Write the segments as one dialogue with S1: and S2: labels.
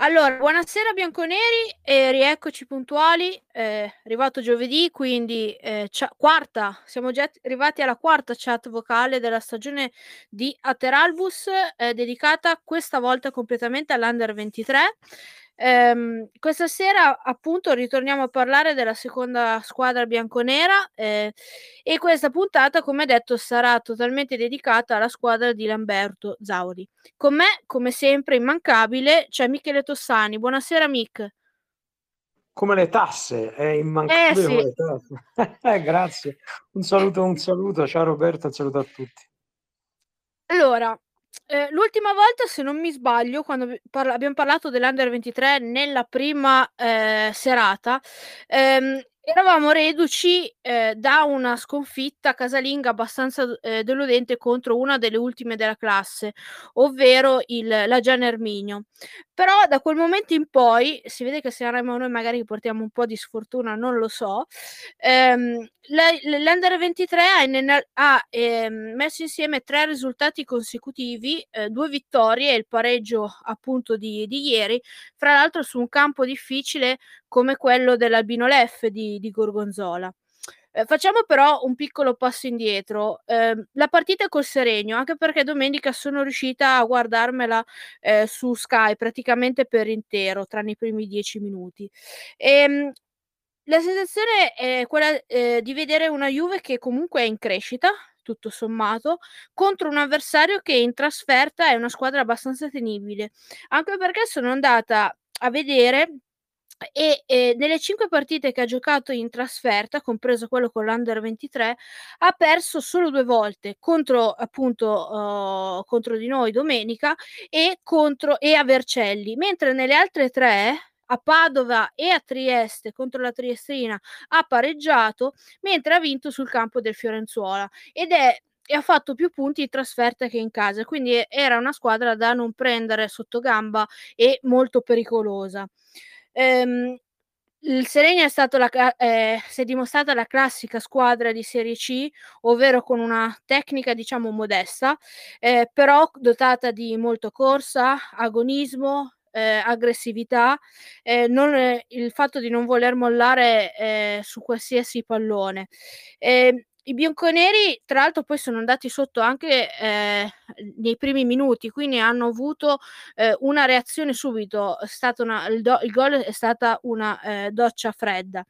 S1: Allora, buonasera bianconeri e rieccoci puntuali. Arrivato giovedì, quindi quarta, siamo già arrivati alla quarta chat vocale della stagione di Ateralbus, dedicata questa volta completamente all'Under 23. Questa sera appunto ritorniamo a parlare della seconda squadra bianconera, e questa puntata, come detto, sarà totalmente dedicata alla squadra di Lamberto Zauri. Con me, come sempre, immancabile, c'è Michele Tossani. Buonasera, Mick.
S2: Come le tasse, è immancabile
S1: Sì.
S2: come le tasse. Grazie, un saluto, ciao Roberto, un saluto a tutti.
S1: Allora, l'ultima volta, se non mi sbaglio, quando abbiam parlato dell'Under 23 nella prima, serata, eravamo reduci, da una sconfitta casalinga abbastanza deludente contro una delle ultime della classe, ovvero la Gian Erminio. Però da quel momento in poi, si vede che saremo noi magari che portiamo un po' di sfortuna, non lo so, l'Under 23 ha messo insieme 3 risultati consecutivi, 2 vittorie e il pareggio appunto di ieri, fra l'altro su un campo difficile come quello dell'Albino Leffe di Gorgonzola. Facciamo però un piccolo passo indietro. La partita col Seregno, anche perché domenica sono riuscita a guardarmela su Sky praticamente per intero, tranne i primi 10 minuti. La sensazione è quella di vedere una Juve che comunque è in crescita, tutto sommato, contro un avversario che in trasferta è una squadra abbastanza tenibile, anche perché sono andata a vedere nelle 5 partite che ha giocato in trasferta, compreso quello con l'Under 23, ha perso solo 2 volte contro appunto, contro di noi domenica e a Vercelli, mentre nelle altre 3, a Padova e a Trieste contro la Triestina, ha pareggiato, mentre ha vinto sul campo del Fiorenzuola e ha fatto più punti in trasferta che in casa, quindi era una squadra da non prendere sottogamba e molto pericolosa. Ehm, il Seregno si è dimostrata la classica squadra di Serie C, ovvero con una tecnica diciamo modesta, però dotata di molto corsa, agonismo, aggressività, il fatto di non voler mollare, su qualsiasi pallone. I bianconeri tra l'altro poi sono andati sotto anche, nei primi minuti, quindi hanno avuto una reazione subito, è stata il gol è stata una doccia fredda,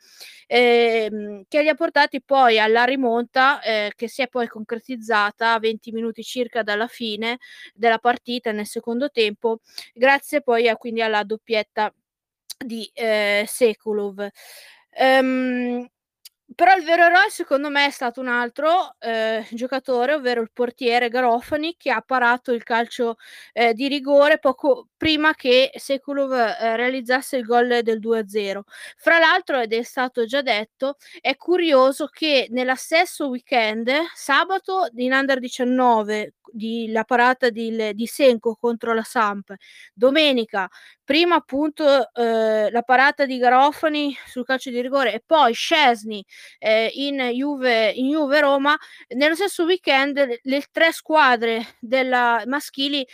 S1: che li ha portati poi alla rimonta, che si è poi concretizzata a 20 minuti circa dalla fine della partita nel secondo tempo, grazie poi quindi alla doppietta di Sekulov. Ehm, Però il vero eroe secondo me è stato un altro giocatore, ovvero il portiere Garofani, che ha parato il calcio di rigore poco prima che Sekulov realizzasse il gol del 2-0. Fra l'altro, ed è stato già detto, è curioso che nello stesso weekend, sabato in Under 19, la parata di Senko contro la Samp, domenica prima appunto la parata di Garofani sul calcio di rigore e poi Szczesny in Juve Roma, nello stesso weekend le 3 squadre della maschili,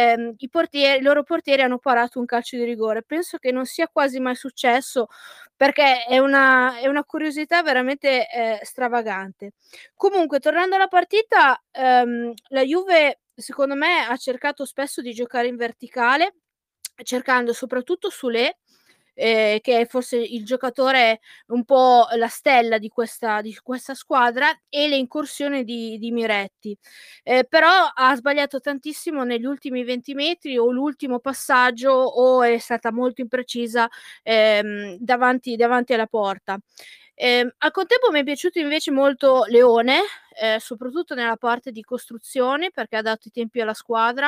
S1: i loro portieri hanno parato un calcio di rigore. Penso che non sia quasi mai successo, perché è una curiosità veramente stravagante. Comunque, tornando alla partita, la Juve secondo me ha cercato spesso di giocare in verticale, cercando soprattutto Soulé, che è forse il giocatore un po' la stella di questa squadra, e le incursioni di Miretti. Però ha sbagliato tantissimo negli ultimi 20 metri o l'ultimo passaggio, o è stata molto imprecisa davanti alla porta. Al contempo mi è piaciuto invece molto Leone, soprattutto nella parte di costruzione, perché ha dato i tempi alla squadra,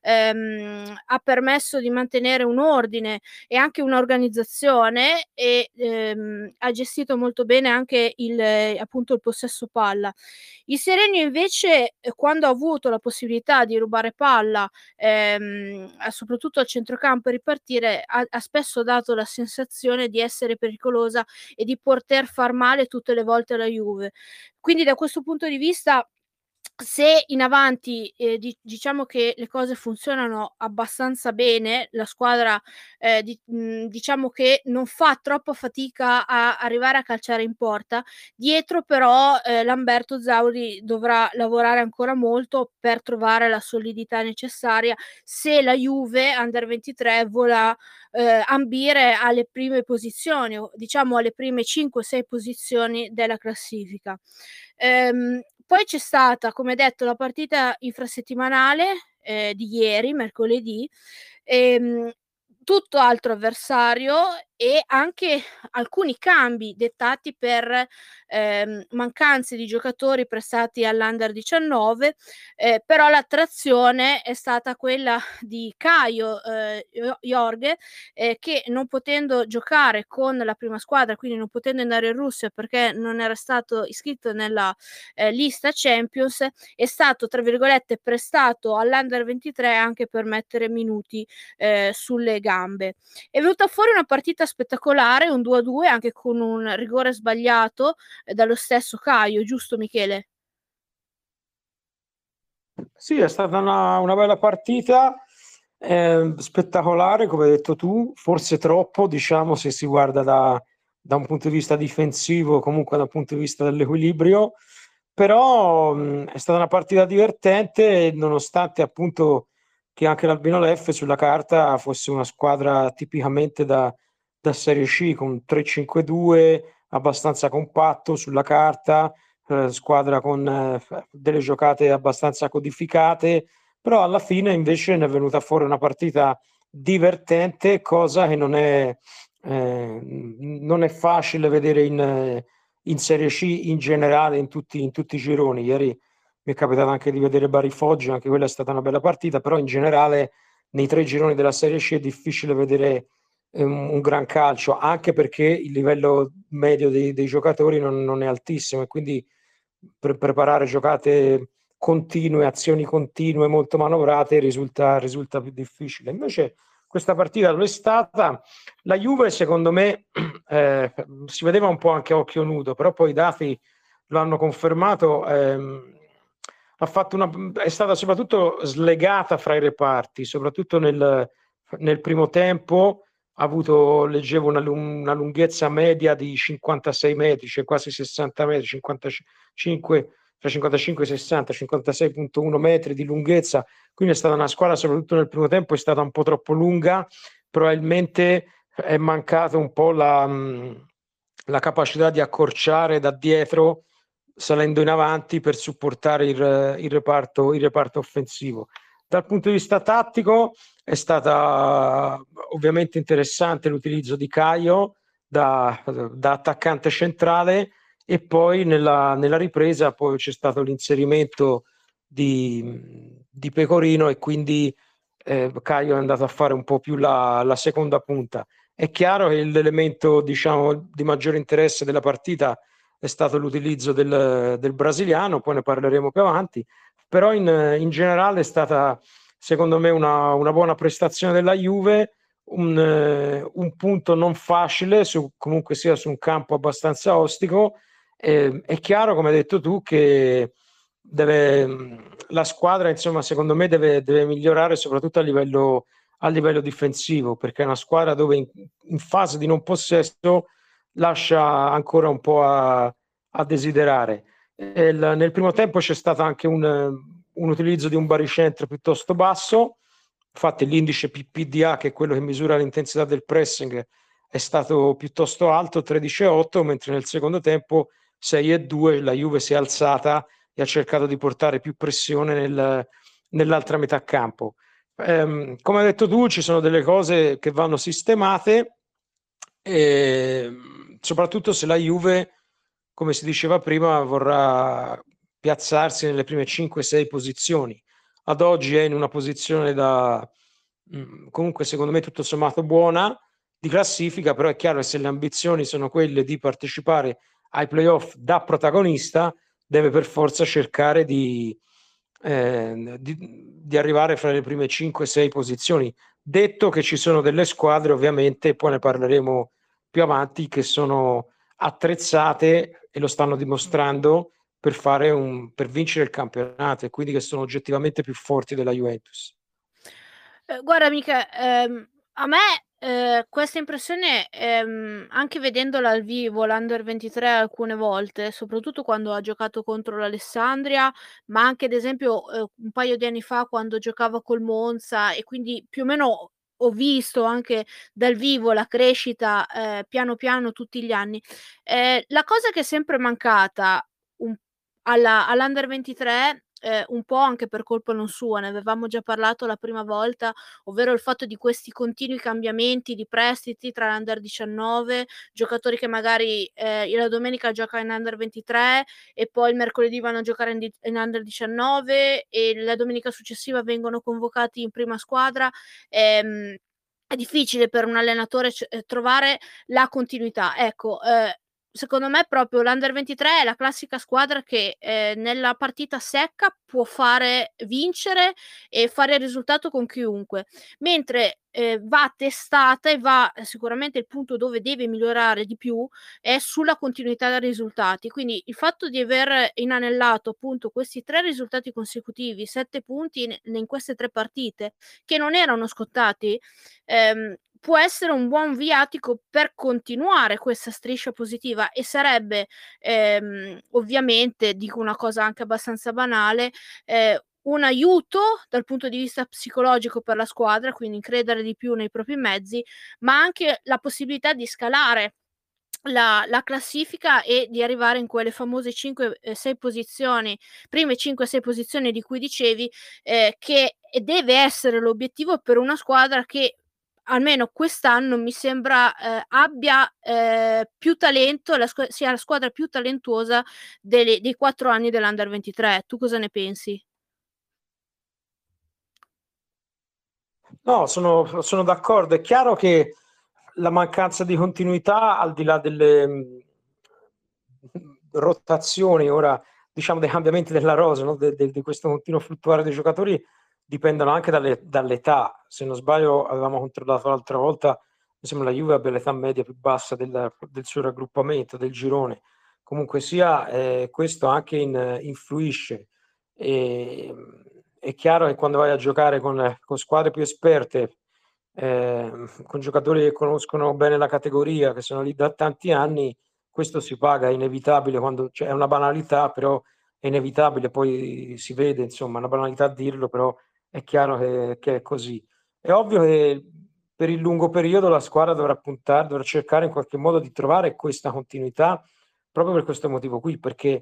S1: ha permesso di mantenere un ordine e anche un'organizzazione e ha gestito molto bene anche appunto il possesso palla. Il Seregno invece, quando ha avuto la possibilità di rubare palla, soprattutto al centrocampo e ripartire, ha spesso dato la sensazione di essere pericolosa e di poter far male tutte le volte alla Juve. Quindi da questo punto di vista se in avanti diciamo che le cose funzionano abbastanza bene, la squadra diciamo che non fa troppa fatica a arrivare a calciare in porta, dietro però Lamberto Zauri dovrà lavorare ancora molto per trovare la solidità necessaria se la Juve Under 23 vola ambire alle prime posizioni, o diciamo alle prime 5-6 posizioni della classifica. Poi c'è stata, come detto, la partita infrasettimanale di ieri, mercoledì, ehm, tutto altro avversario e anche alcuni cambi dettati per mancanze di giocatori prestati all'Under 19, però l'attrazione è stata quella di Caio Jorge, che non potendo giocare con la prima squadra, quindi non potendo andare in Russia perché non era stato iscritto nella lista Champions, è stato tra virgolette prestato all'Under 23 anche per mettere minuti sulle gambe. È venuta fuori una partita spettacolare, un 2-2 anche con un rigore sbagliato dallo stesso Caio, giusto Michele?
S2: Sì, è stata una bella partita, spettacolare, come hai detto tu, forse troppo, diciamo, se si guarda da un punto di vista difensivo, comunque dal punto di vista dell'equilibrio, però è stata una partita divertente, nonostante appunto che anche l'Albino Leffe sulla carta fosse una squadra tipicamente da Serie C, con 3-5-2, abbastanza compatto sulla carta, squadra con delle giocate abbastanza codificate, però alla fine invece ne è venuta fuori una partita divertente, cosa che non è facile vedere in Serie C in generale, in tutti i gironi. Ieri mi è capitato anche di vedere Bari Foggia, anche quella è stata una bella partita, però in generale nei tre gironi della Serie C è difficile vedere un gran calcio, anche perché il livello medio dei giocatori non è altissimo e quindi per preparare giocate continue, azioni continue, molto manovrate, risulta più difficile. Invece questa partita lo è stata. La Juve, secondo me, si vedeva un po' anche a occhio nudo, però poi i dati lo hanno confermato. È stata soprattutto slegata fra i reparti, soprattutto nel primo tempo. Ha avuto, leggevo, una lunghezza media di 56 metri, cioè quasi 60 metri, 55, tra 55 e 60, 56,1 metri di lunghezza. Quindi è stata una squadra, soprattutto nel primo tempo, è stata un po' troppo lunga. Probabilmente è mancata un po' la capacità di accorciare da dietro salendo in avanti per supportare il reparto offensivo. Dal punto di vista tattico è stata ovviamente interessante l'utilizzo di Caio da attaccante centrale e poi nella ripresa poi c'è stato l'inserimento di Pecorino e quindi Caio è andato a fare un po' più la seconda punta. È chiaro che l'elemento, diciamo, di maggiore interesse della partita è stato l'utilizzo del brasiliano, poi ne parleremo più avanti, però in generale è stata secondo me una buona prestazione della Juve, un punto non facile, comunque sia su un campo abbastanza ostico. È chiaro, come hai detto tu, che la squadra, insomma, secondo me deve migliorare soprattutto a livello difensivo, perché è una squadra dove in fase di non possesso lascia ancora un po' a desiderare. Nel primo tempo c'è stato anche un utilizzo di un baricentro piuttosto basso, infatti l'indice PPDA, che è quello che misura l'intensità del pressing, è stato piuttosto alto, 13,8, mentre nel secondo tempo 6,2, la Juve si è alzata e ha cercato di portare più pressione nell'altra metà campo. Come hai detto tu, ci sono delle cose che vanno sistemate, soprattutto se la Juve, come si diceva prima, vorrà piazzarsi nelle prime 5-6 posizioni. Ad oggi è in una posizione comunque secondo me tutto sommato buona di classifica, però è chiaro che se le ambizioni sono quelle di partecipare ai playoff da protagonista, deve per forza cercare di arrivare fra le prime 5-6 posizioni. Detto che ci sono delle squadre, ovviamente, poi ne parleremo più avanti, che sono attrezzate e lo stanno dimostrando per vincere il campionato, e quindi che sono oggettivamente più forti della Juventus.
S1: Guarda amica, a me questa impressione, anche vedendola al vivo, l'Under 23 alcune volte, soprattutto quando ha giocato contro l'Alessandria, ma anche ad esempio, un paio di anni fa quando giocava col Monza, e quindi più o meno ho visto anche dal vivo la crescita, piano piano tutti gli anni. La cosa che è sempre mancata un all'Under 23, un po' anche per colpa non sua, ne avevamo già parlato la prima volta, ovvero il fatto di questi continui cambiamenti di prestiti tra l'Under 19, giocatori che magari, la domenica gioca in Under 23 e poi il mercoledì vanno a giocare in Under 19 e la domenica successiva vengono convocati in prima squadra. È difficile per un allenatore trovare la continuità. Ecco, secondo me proprio l'Under 23 è la classica squadra che, nella partita secca può fare vincere e fare il risultato con chiunque, mentre, va testata e va sicuramente il punto dove deve migliorare di più è sulla continuità dei risultati. Quindi il fatto di aver inanellato appunto questi 3 risultati consecutivi, 7 punti in queste 3 partite, che non erano scontati, può essere un buon viatico per continuare questa striscia positiva, e sarebbe, ovviamente, dico una cosa anche abbastanza banale, un aiuto dal punto di vista psicologico per la squadra, quindi credere di più nei propri mezzi, ma anche la possibilità di scalare la classifica e di arrivare in quelle famose 5, 6 posizioni, prime 5, 6 posizioni di cui dicevi, che deve essere l'obiettivo per una squadra che almeno quest'anno mi sembra, abbia, più talento, sia la squadra più talentuosa dei 4 anni dell'Under 23. Tu cosa ne pensi?
S2: No, sono d'accordo. È chiaro che la mancanza di continuità, al di là delle rotazioni, ora diciamo dei cambiamenti della rosa, no? Di questo continuo fluttuare dei giocatori, dipendono anche dall'età. Se non sbaglio, avevamo controllato l'altra volta, mi sembra la Juve abbia l'età media più bassa del suo raggruppamento, del girone. Comunque sia, questo anche influisce. E, è chiaro che quando vai a giocare con squadre più esperte, con giocatori che conoscono bene la categoria, che sono lì da tanti anni, questo si paga, è inevitabile, quando, cioè, è una banalità, però è inevitabile, poi si vede, insomma, è una banalità a dirlo, però è chiaro che è così. È ovvio che per il lungo periodo la squadra dovrà puntare, dovrà cercare in qualche modo di trovare questa continuità, proprio per questo motivo qui, perché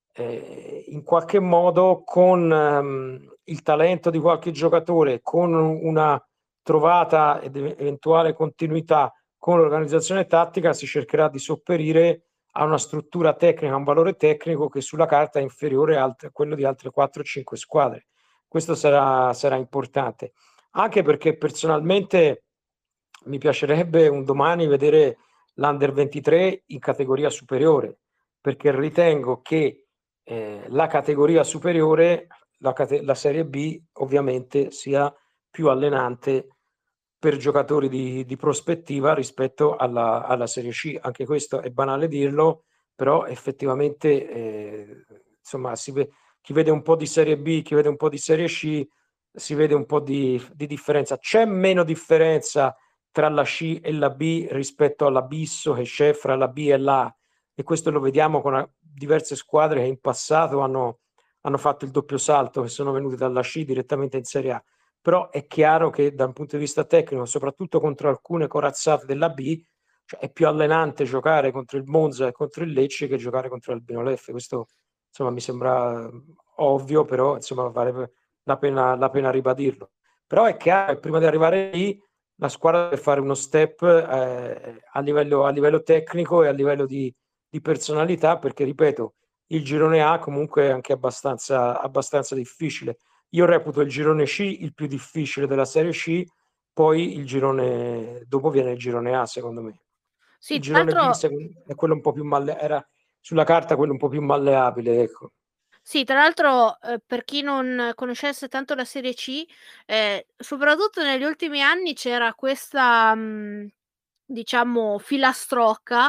S2: in qualche modo con il talento di qualche giocatore, con una trovata ed eventuale continuità con l'organizzazione tattica, si cercherà di sopperire a una struttura tecnica, a un valore tecnico che sulla carta è inferiore a quello di altre 4-5 squadre. Questo sarà importante, anche perché personalmente mi piacerebbe un domani vedere l'Under 23 in categoria superiore, perché ritengo che la categoria superiore, la Serie B, ovviamente sia più allenante per giocatori di prospettiva rispetto alla Serie C. Anche questo è banale dirlo, però effettivamente insomma, chi vede un po' di Serie B, chi vede un po' di Serie C, si vede un po' di differenza. C'è meno differenza tra la C e la B rispetto all'abisso che c'è fra la B e la A, e questo lo vediamo con diverse squadre che in passato hanno fatto il doppio salto, che sono venute dalla C direttamente in Serie A. Però è chiaro che da un punto di vista tecnico, soprattutto contro alcune corazzate della B, cioè è più allenante giocare contro il Monza e contro il Lecce che giocare contro l'Albino Leffe. Questo insomma mi sembra ovvio, però insomma vale la pena ribadirlo. Però è chiaro che prima di arrivare lì la squadra deve fare uno step a livello tecnico e a livello di personalità, perché ripeto, il girone A comunque è anche abbastanza difficile. Io reputo il girone C il più difficile della Serie C, poi il girone dopo viene il girone A, secondo me.
S1: Sì,
S2: Il
S1: tra
S2: girone B
S1: l'altro
S2: è quello un po' più era sulla carta quello un po' più malleabile, ecco.
S1: Sì, tra l'altro, per chi non conoscesse tanto la Serie C, soprattutto negli ultimi anni c'era questa, diciamo filastrocca,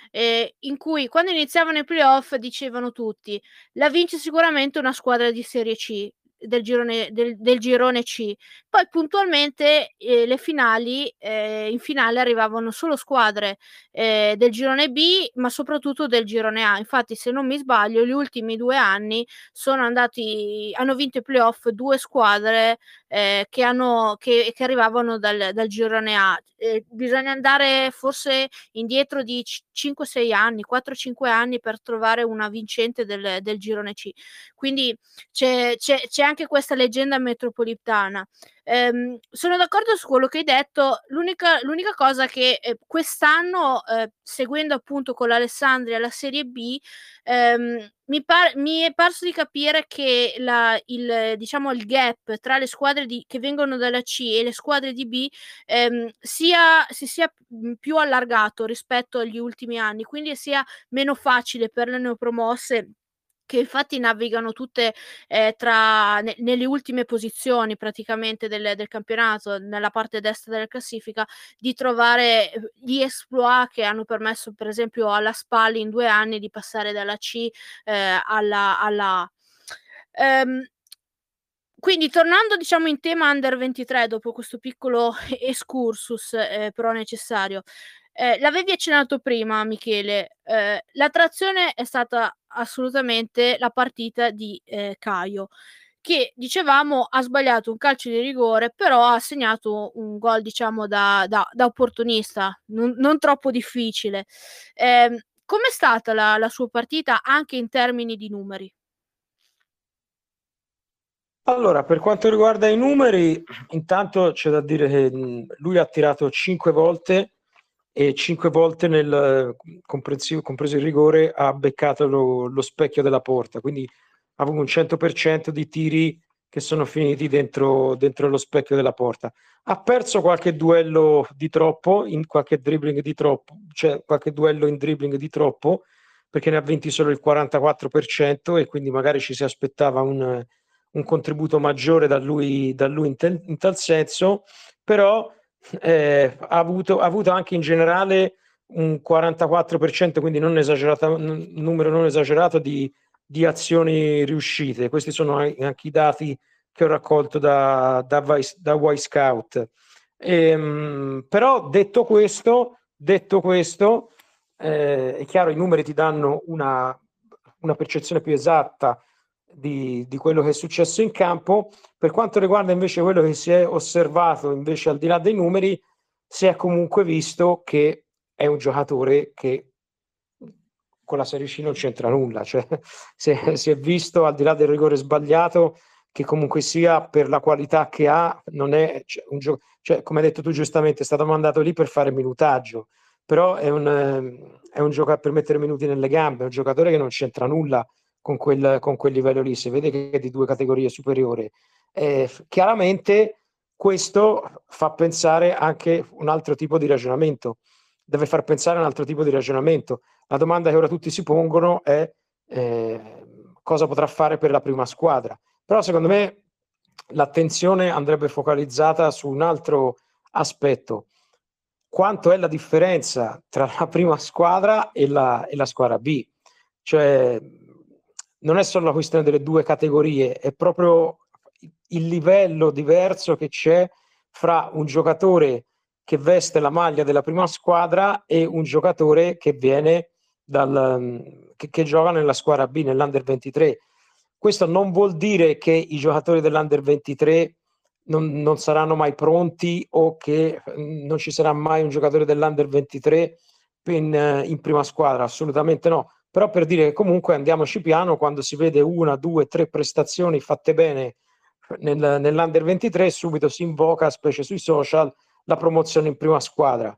S1: in cui quando iniziavano i playoff dicevano tutti: la vince sicuramente una squadra di Serie C, del girone C. Poi puntualmente le finali, in finale arrivavano solo squadre del girone B, ma soprattutto del girone A. Infatti, se non mi sbaglio, gli ultimi 2 anni hanno vinto i playoff 2 squadre che arrivavano dal girone A. Bisogna andare forse indietro di 5-6 anni, 4-5 anni per trovare una vincente del girone C. Quindi c'è anche questa leggenda metropolitana. Sono d'accordo su quello che hai detto. L'unica cosa che quest'anno, seguendo appunto con l'Alessandria la Serie B, mi è parso di capire che diciamo, il gap tra le squadre che vengono dalla C e le squadre di B si sia più allargato rispetto agli ultimi anni, quindi sia meno facile per le neopromosse, che infatti navigano tutte nelle ultime posizioni praticamente del campionato, nella parte destra della classifica, di trovare gli exploit che hanno permesso per esempio alla Spal in 2 anni di passare dalla C alla A. Quindi tornando diciamo in tema Under 23, dopo questo piccolo excursus però necessario, l'avevi accennato prima Michele, l'attrazione è stata assolutamente la partita di Caio, che dicevamo ha sbagliato un calcio di rigore, però ha segnato un gol diciamo da opportunista, non troppo difficile. Com'è stata la sua partita anche in termini di numeri?
S2: Allora, per quanto riguarda i numeri, intanto c'è da dire che lui ha tirato 5 volte e 5 volte compreso il rigore, ha beccato lo specchio della porta, quindi ha avuto un 100% di tiri che sono finiti dentro lo specchio della porta. Ha perso qualche duello di troppo, in qualche dribbling di troppo, cioè qualche duello in dribbling di troppo, perché ne ha vinti solo il 44% e quindi magari ci si aspettava un contributo maggiore da lui in tal senso, però ha avuto anche in generale un 44%, quindi non esagerato, un numero non esagerato di azioni riuscite. Questi sono anche i dati che ho raccolto da Y-Scout. Però detto questo, è chiaro, i numeri ti danno una percezione più esatta di quello che è successo in campo. Per quanto riguarda invece quello che si è osservato, invece al di là dei numeri, si è comunque visto che è un giocatore che con la Serie C non c'entra nulla, cioè si è visto al di là del rigore sbagliato che comunque sia per la qualità che ha, non è un gioco, cioè come hai detto tu giustamente, è stato mandato lì per fare minutaggio, però è un giocatore per mettere minuti nelle gambe, è un giocatore che non c'entra nulla con quel livello lì, si vede che è di 2 categorie superiori. Chiaramente questo fa pensare anche un altro tipo di ragionamento, deve far pensare a un altro tipo di ragionamento. La domanda che ora tutti si pongono è cosa potrà fare per la prima squadra. Però secondo me l'attenzione andrebbe focalizzata su un altro aspetto. Quanto è la differenza tra la prima squadra e la squadra B? Cioè, non è solo la questione delle 2 categorie, è proprio il livello diverso che c'è fra un giocatore che veste la maglia della prima squadra e un giocatore che viene che gioca nella squadra B, nell'Under 23. Questo non vuol dire che i giocatori dell'Under 23 non saranno mai pronti o che non ci sarà mai un giocatore dell'Under 23 in prima squadra, assolutamente no. Però per dire che comunque andiamoci piano, quando si vede 1, 2, 3 prestazioni fatte bene nell'Under 23, subito si invoca, specie sui social, la promozione in prima squadra.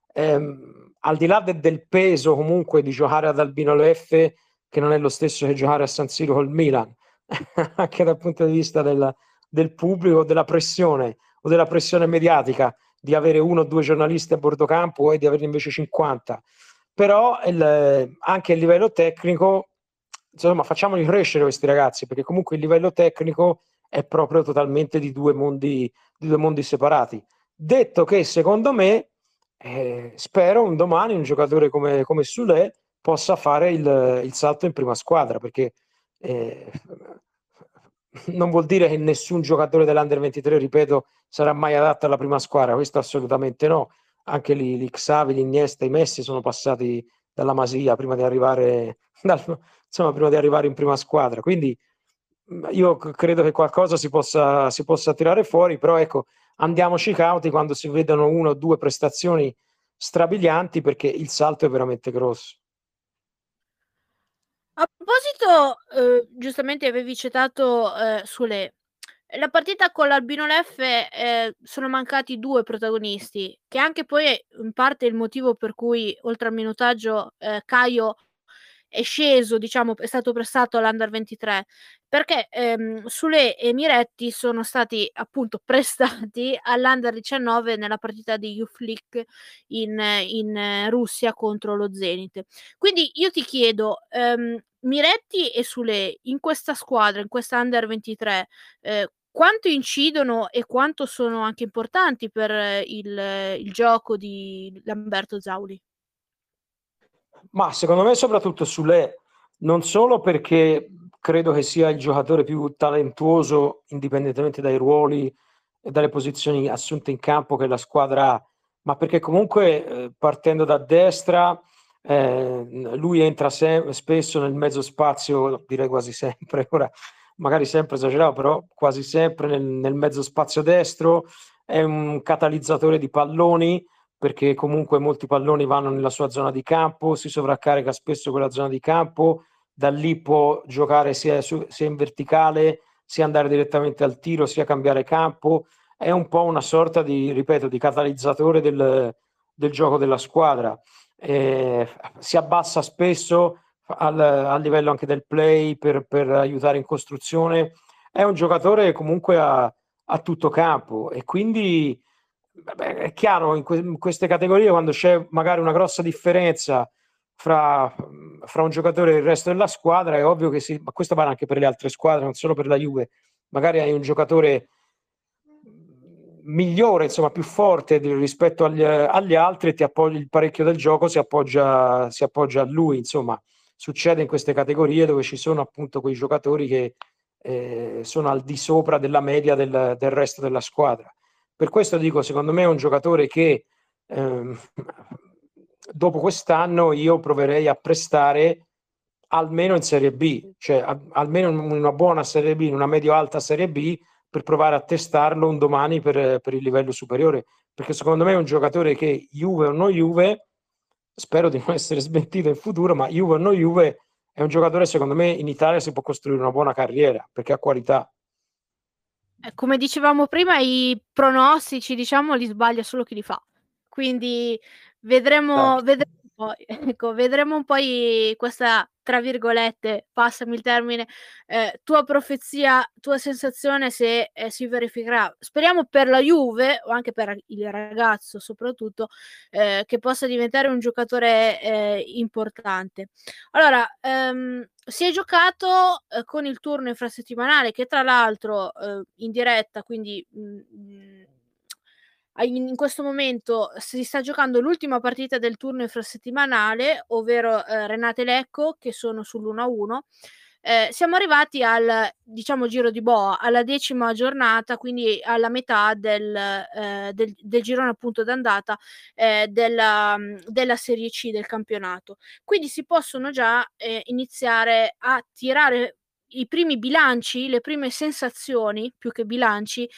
S2: Al di là del peso comunque di giocare ad Albino F, che non è lo stesso che giocare a San Siro col Milan, anche dal punto di vista del pubblico, della pressione o della pressione mediatica di avere 1 o 2 giornalisti a bordo campo e di averne invece 50. Però anche il livello tecnico, insomma, facciamoli crescere questi ragazzi, perché comunque il livello tecnico è proprio totalmente di due mondi separati. Detto che secondo me Spero un domani un giocatore come Sule possa fare il salto in prima squadra, perché eh, non vuol dire che nessun giocatore dell'Under 23, ripeto, sarà mai adatto alla prima squadra, questo assolutamente no. Anche lì, Xavi, l'Iniesta, i Messi sono passati dalla Masia prima di arrivare, insomma, prima di arrivare in prima squadra. Quindi io credo che qualcosa si possa tirare fuori, però ecco, andiamoci cauti quando si vedono una o due prestazioni strabilianti, perché il salto è veramente grosso.
S1: A proposito, giustamente avevi citato Sule. La partita con l'Albino Leffe sono mancati due protagonisti, che anche poi è in parte il motivo per cui, oltre al minutaggio, Caio è sceso, diciamo, è stato prestato all'Under 23, perché Sule e Miretti sono stati appunto prestati all'Under 19 nella partita di Youth League in Russia contro lo Zenit. Quindi io ti chiedo, Miretti e Sule in questa squadra, in questa Under 23, quanto incidono e quanto sono anche importanti per il gioco di Lamberto Zauli?
S2: Ma secondo me soprattutto Sule, non solo perché credo che sia il giocatore più talentuoso, indipendentemente dai ruoli e dalle posizioni assunte in campo che la squadra ha, ma perché comunque partendo da destra lui entra spesso nel mezzo spazio, direi quasi sempre, ora magari sempre esagerato, però quasi sempre nel mezzo spazio destro, è un catalizzatore di palloni perché comunque molti palloni vanno nella sua zona di campo, si sovraccarica spesso quella zona di campo, da lì può giocare sia in verticale, sia andare direttamente al tiro, sia cambiare campo. È un po' una sorta di, ripeto, di catalizzatore del gioco della squadra. Si abbassa spesso al livello anche del play per aiutare in costruzione. È un giocatore comunque a tutto campo e quindi vabbè, è chiaro, in queste categorie quando c'è magari una grossa differenza fra un giocatore e il resto della squadra, è ovvio che sì, ma questo vale anche per le altre squadre, non solo per la Juve. Magari hai un giocatore migliore, insomma, più forte rispetto agli altri e il parecchio del gioco si appoggia a lui. Insomma, succede in queste categorie dove ci sono appunto quei giocatori che sono al di sopra della media del resto della squadra. Per questo dico, secondo me è un giocatore che ehm, dopo quest'anno io proverei a prestare almeno in Serie B, cioè almeno in una buona Serie B, in una medio-alta Serie B, per provare a testarlo un domani per il livello superiore, perché secondo me è un giocatore che Juve o no Juve, spero di non essere smentito in futuro, ma Juve o no Juve è un giocatore secondo me in Italia si può costruire una buona carriera, perché ha qualità.
S1: Come dicevamo prima, i pronostici, diciamo, li sbaglia solo chi li fa. Quindi vedremo,
S2: Esatto.
S1: vedremo poi, ecco, vedremo un po' questa, tra virgolette, passami il termine, tua profezia, tua sensazione se si verificherà. Speriamo per la Juve, o anche per il ragazzo soprattutto, che possa diventare un giocatore importante. Allora, si è giocato con il turno infrasettimanale che tra l'altro in diretta, quindi in questo momento si sta giocando l'ultima partita del turno infrasettimanale, ovvero Renate Lecco che sono sull'1-1. Siamo arrivati al, diciamo, giro di boa, alla 10ª giornata, quindi alla metà del girone appunto d'andata della Serie C del campionato. Quindi si possono già iniziare a tirare i primi bilanci, le prime sensazioni, più che bilanci,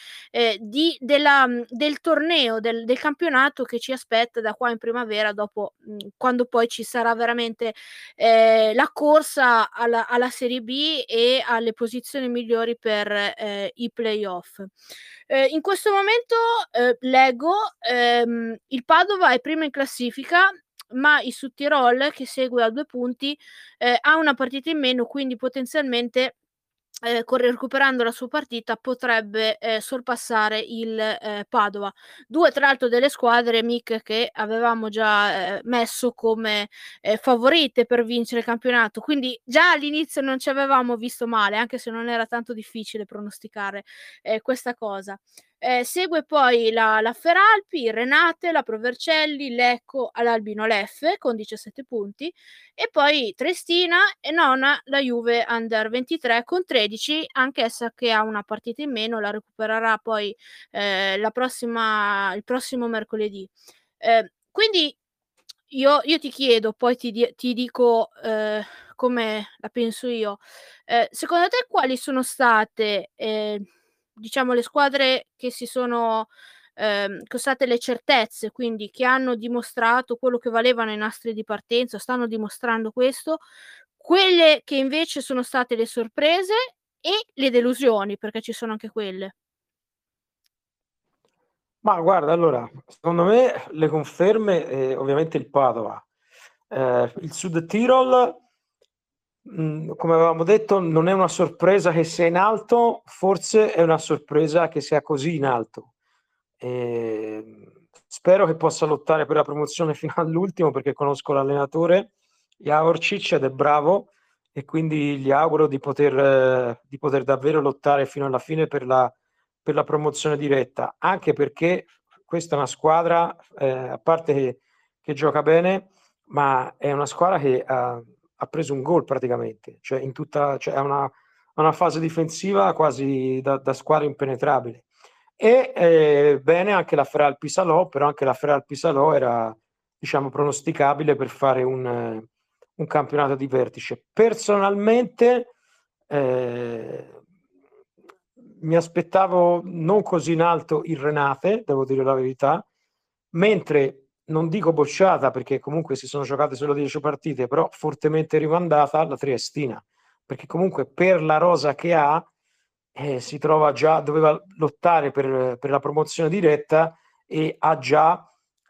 S1: del torneo, del campionato che ci aspetta da qua in primavera, dopo quando poi ci sarà veramente la corsa alla Serie B e alle posizioni migliori per i playoff. In questo momento leggo il Padova è primo in classifica, ma il Südtirol che segue a 2 punti ha una partita in meno, quindi potenzialmente recuperando la sua partita potrebbe sorpassare il Padova. Due tra l'altro delle squadre, Mick, che avevamo già messo come favorite per vincere il campionato, quindi già all'inizio non ci avevamo visto male, anche se non era tanto difficile pronosticare questa cosa. Segue poi la Feralpi, il Renate, la Pro Vercelli, l'Ecco all'Albino Leffe con 17 punti e poi Triestina e nona la Juve Under 23 con 13, anch'essa che ha una partita in meno, la recupererà poi il prossimo mercoledì. Quindi io ti chiedo, poi ti dico come la penso io. Secondo te quali sono state, diciamo, le squadre che sono state le certezze, quindi che hanno dimostrato quello che valevano i nastri di partenza, stanno dimostrando questo, quelle che invece sono state le sorprese e le delusioni, perché ci sono anche quelle.
S2: Ma guarda, allora, secondo me le conferme, ovviamente il Padova. Il Sud Tirol, come avevamo detto, non è una sorpresa che sia in alto, forse è una sorpresa che sia così in alto. Spero che possa lottare per la promozione fino all'ultimo perché conosco l'allenatore Javorcic ed è bravo e quindi gli auguro di poter davvero lottare fino alla fine per la promozione diretta, anche perché questa è una squadra, a parte che gioca bene, ma è una squadra che ha preso un gol praticamente, cioè in tutta, cioè ha una fase difensiva quasi da squadra impenetrabile. E bene anche la Feralpi Salò, però anche la Feralpi Salò era, diciamo, pronosticabile per fare un campionato di vertice. Personalmente mi aspettavo non così in alto il Renate, devo dire la verità, mentre non dico bocciata perché comunque si sono giocate solo 10 partite, però fortemente rimandata la Triestina, perché comunque per la rosa che ha si trova già, doveva lottare per la promozione diretta e ha già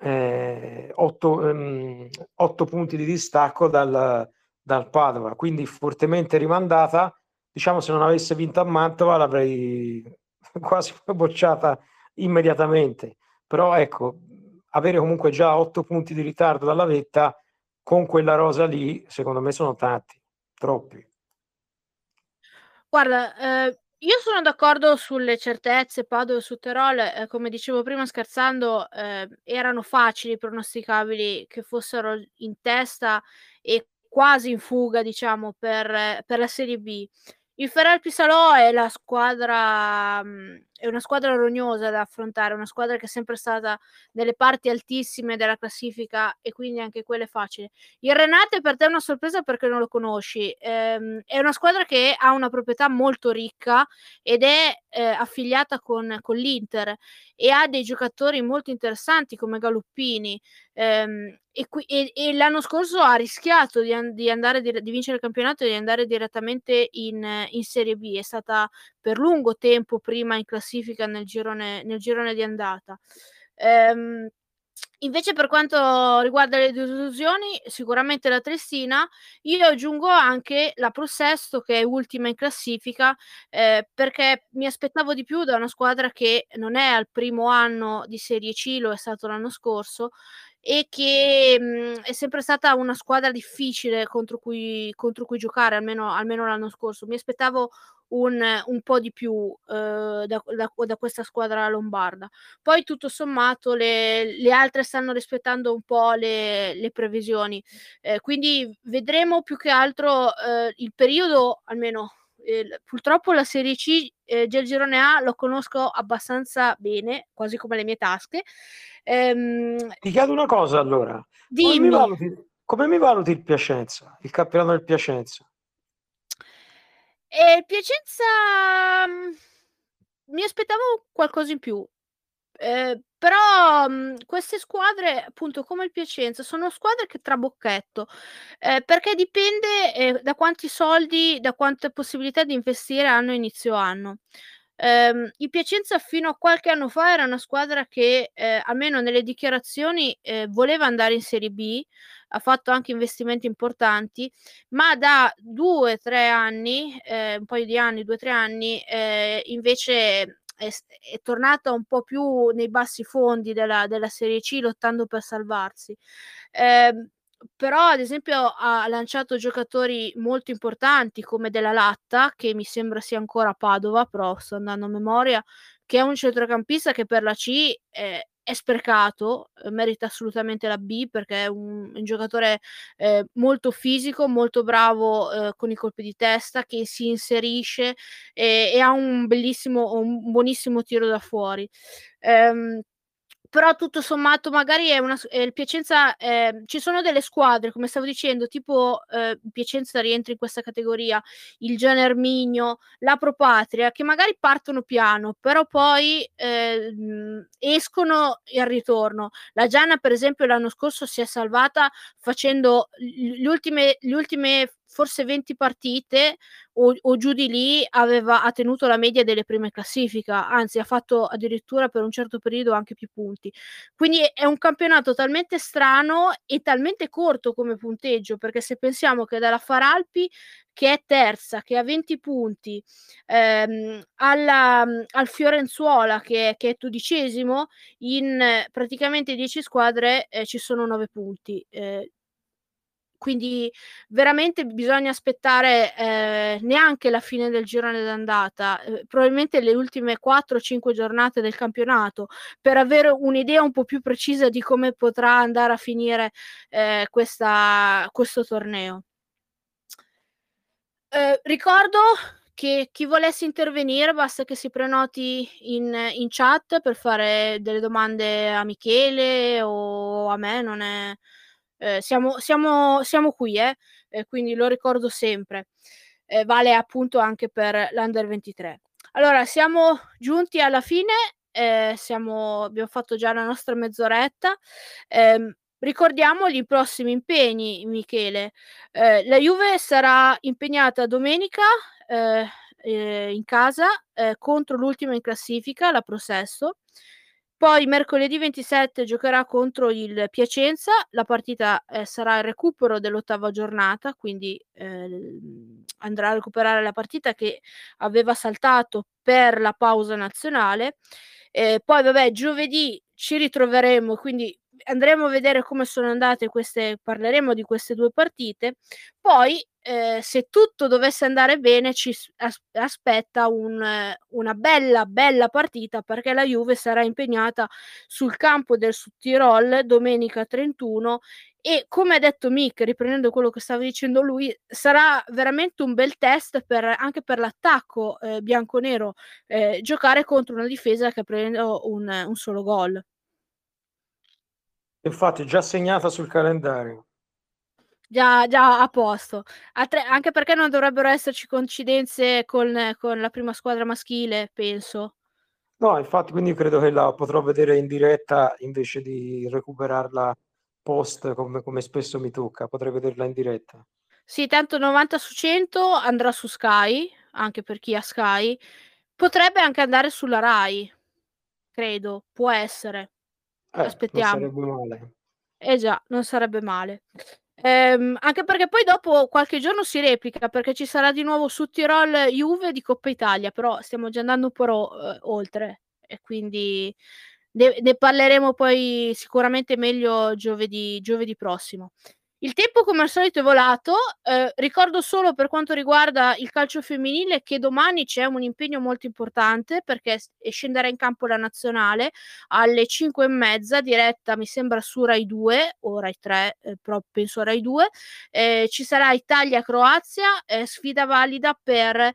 S2: 8 punti di distacco dal Padova, quindi fortemente rimandata. Diciamo, se non avesse vinto a Mantova l'avrei quasi bocciata immediatamente. Però ecco, avere comunque già 8 punti di ritardo dalla vetta con quella rosa lì, secondo me sono tanti, troppi.
S1: Guarda, io sono d'accordo sulle certezze, Padova e Sudtirol, come dicevo prima scherzando, erano facili, pronosticabili che fossero in testa e quasi in fuga, diciamo, per la Serie B. Il Feralpi Salò è la squadra è una squadra rognosa da affrontare, una squadra che è sempre stata nelle parti altissime della classifica e quindi anche quella è facile. Il Renate per te è una sorpresa perché non lo conosci. È una squadra che ha una proprietà molto ricca ed è affiliata con l'Inter e ha dei giocatori molto interessanti come Galuppini. E l'anno scorso ha rischiato di andare di vincere il campionato e di andare direttamente in Serie B. È stata per lungo tempo prima in classifica nel girone di andata. Invece per quanto riguarda le delusioni, sicuramente la Triestina, io aggiungo anche la Pro Sesto che è ultima in classifica, perché mi aspettavo di più da una squadra che non è al primo anno di Serie C, lo è stato l'anno scorso, e che è sempre stata una squadra difficile contro cui giocare, almeno l'anno scorso. Mi aspettavo un po' di più da questa squadra lombarda. Poi tutto sommato le altre stanno rispettando un po' le previsioni, quindi vedremo più che altro il periodo, almeno purtroppo la Serie C, già il girone A lo conosco abbastanza bene, quasi come le mie tasche.
S2: Ti chiedo una cosa allora,
S1: Dimmi.
S2: come mi valuti il Piacenza, il campionato del Piacenza?
S1: Piacenza, mi aspettavo qualcosa in più. Però, queste squadre, appunto, come il Piacenza, sono squadre che trabocchetto, perché dipende, da quanti soldi, da quante possibilità di investire hanno a inizio anno. Il Piacenza fino a qualche anno fa era una squadra che, almeno nelle dichiarazioni, voleva andare in Serie B, ha fatto anche investimenti importanti, ma da 2, 3 anni, un paio di anni, 2, 3 anni, invece è tornata un po' più nei bassi fondi della Serie C, lottando per salvarsi. Ehm, Però ad esempio ha lanciato giocatori molto importanti come Della Latta, che mi sembra sia ancora a Padova, però sto andando a memoria, che è un centrocampista che per la C è sprecato, merita assolutamente la B perché è un giocatore molto fisico, molto bravo con i colpi di testa, che si inserisce e ha un buonissimo tiro da fuori. Però tutto sommato magari il Piacenza, ci sono delle squadre, come stavo dicendo, tipo Piacenza rientra in questa categoria, il Gian Erminio, la Pro Patria, che magari partono piano, però poi escono al ritorno. La Giana, per esempio, l'anno scorso si è salvata facendo le ultime forse 20 partite o giù di lì ha tenuto la media delle prime classifica, anzi ha fatto addirittura per un certo periodo anche più punti. Quindi è un campionato talmente strano e talmente corto come punteggio, perché se pensiamo che dalla Faralpi, che è terza, che ha 20 punti, al Fiorenzuola che è 12°, in praticamente 10 squadre ci sono 9 punti. Quindi veramente bisogna aspettare neanche la fine del girone d'andata, probabilmente le ultime 4-5 giornate del campionato, per avere un'idea un po' più precisa di come potrà andare a finire questo torneo. Ricordo che chi volesse intervenire basta che si prenoti in chat per fare delle domande a Michele o a me, non è siamo qui, quindi lo ricordo sempre. Vale appunto anche per l'Under 23. Allora, siamo giunti alla fine, abbiamo fatto già la nostra mezz'oretta. Ricordiamo gli prossimi impegni, Michele. La Juve sarà impegnata domenica in casa contro l'ultima in classifica, la Prosesso. Poi mercoledì 27 giocherà contro il Piacenza, la partita sarà il recupero dell'8ª giornata, quindi andrà a recuperare la partita che aveva saltato per la pausa nazionale. Poi vabbè, giovedì ci ritroveremo, quindi andremo a vedere come sono andate parleremo di queste 2 partite. Poi se tutto dovesse andare bene ci aspetta una bella partita, perché la Juve sarà impegnata sul campo del Südtirol domenica 31 e, come ha detto Mick, riprendendo quello che stava dicendo lui, sarà veramente un bel test anche per l'attacco bianconero, giocare contro una difesa che prende un solo gol.
S2: Infatti, già segnata sul calendario.
S1: Già a posto. Anche perché non dovrebbero esserci coincidenze con la prima squadra maschile, penso.
S2: No, infatti, quindi credo che la potrò vedere in diretta invece di recuperarla post come spesso mi tocca. Potrei vederla in diretta.
S1: Sì, tanto 90 su 100 andrà su Sky, anche per chi ha Sky. Potrebbe anche andare sulla Rai, credo, può essere.
S2: Non
S1: Aspettiamo.
S2: sarebbe male.
S1: Già, non sarebbe male. Anche perché poi dopo qualche giorno si replica, perché ci sarà di nuovo Südtirol Juve di Coppa Italia, però stiamo già andando un po' oltre e quindi ne parleremo poi sicuramente meglio giovedì prossimo. Il tempo come al solito è volato, ricordo solo per quanto riguarda il calcio femminile che domani c'è un impegno molto importante perché scenderà in campo la nazionale alle 5:30, diretta mi sembra su Rai 2 o Rai 3, però penso a Rai 2. Ci sarà Italia-Croazia, sfida valida per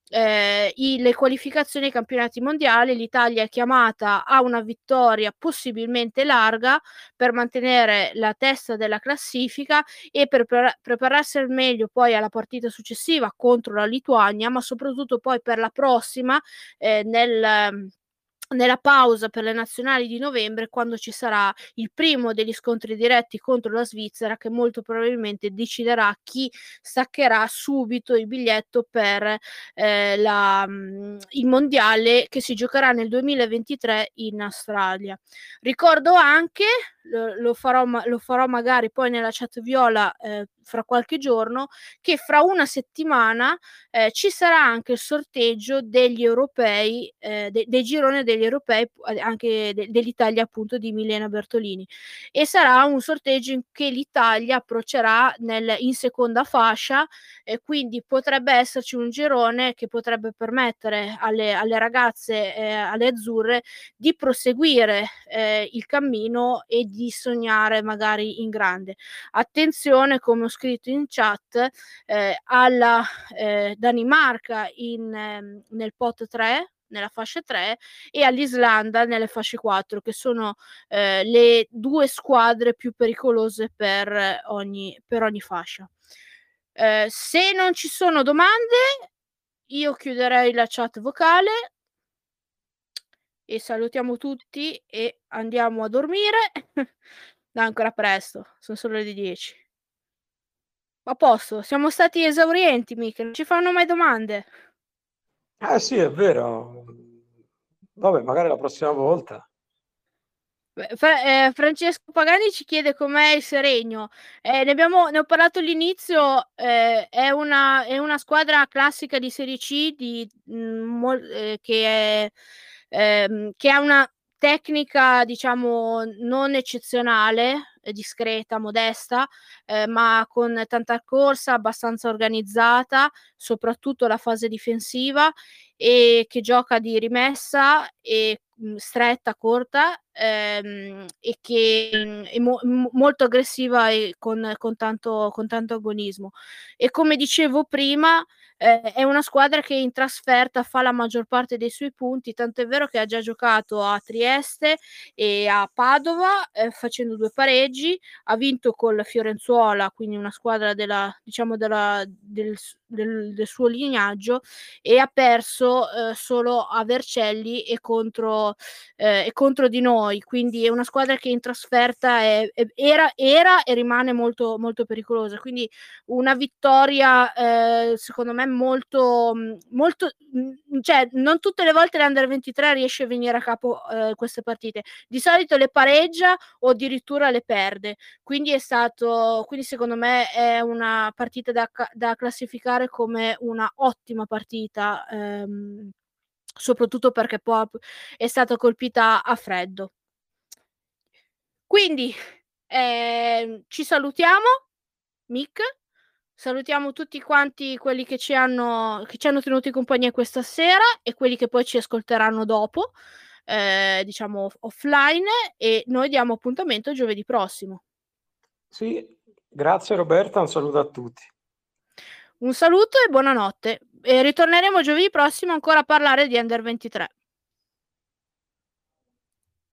S1: le qualificazioni ai campionati mondiali. L'Italia è chiamata a una vittoria possibilmente larga per mantenere la testa della classifica e per prepararsi al meglio poi alla partita successiva contro la Lituania, ma soprattutto poi per la prossima nella pausa per le nazionali di novembre, quando ci sarà il primo degli scontri diretti contro la Svizzera, che molto probabilmente deciderà chi staccherà subito il biglietto per il mondiale che si giocherà nel 2023 in Australia. Ricordo anche lo farò magari poi nella chat viola fra qualche giorno, che fra una settimana ci sarà anche il sorteggio degli europei, dei gironi degli europei, anche dell'Italia appunto di Milena Bertolini, e sarà un sorteggio in che l'Italia approccerà in seconda fascia, e quindi potrebbe esserci un girone che potrebbe permettere alle ragazze, alle azzurre, di proseguire il cammino e di sognare magari in grande. Attenzione, come ho scritto in chat, alla Danimarca nel pot 3, nella fascia 3, e all'Islanda nelle fasce 4, che sono le due squadre più pericolose per ogni fascia. Se non ci sono domande, io chiuderei la chat vocale e salutiamo tutti e andiamo a dormire. No, ancora presto, sono solo le 10. A posto, siamo stati esaurienti, mica, non ci fanno mai domande.
S2: Sì, è vero. Vabbè, magari la prossima volta.
S1: Francesco Pagani ci chiede com'è il Seregno. Ne ho parlato all'inizio, è una squadra classica di Serie C che ha una tecnica, diciamo, non eccezionale, discreta, modesta, ma con tanta corsa, abbastanza organizzata, soprattutto la fase difensiva, e che gioca di rimessa e stretta, corta, e che è molto aggressiva e con tanto agonismo. E come dicevo prima, è una squadra che in trasferta fa la maggior parte dei suoi punti, tant'è vero che ha già giocato a Trieste e a Padova, facendo 2 pareggi, ha vinto col Fiorenzuola, quindi una squadra del suo lignaggio, e ha perso solo a Vercelli e contro di noi, quindi è una squadra che in trasferta era e rimane molto, molto pericolosa, quindi una vittoria secondo me molto, cioè non tutte le volte l'Under 23 riesce a venire a capo queste partite, di solito le pareggia o addirittura le perde, quindi secondo me è una partita da classificare come una ottima partita, soprattutto perché poi è stata colpita a freddo. Quindi ci salutiamo, Mick, salutiamo tutti quanti quelli che ci hanno tenuto in compagnia questa sera e quelli che poi ci ascolteranno dopo, diciamo offline, e noi diamo appuntamento giovedì prossimo.
S2: Sì, grazie Roberta, un saluto a tutti.
S1: Un saluto e buonanotte. Ritorneremo giovedì prossimo ancora a parlare di Under 23.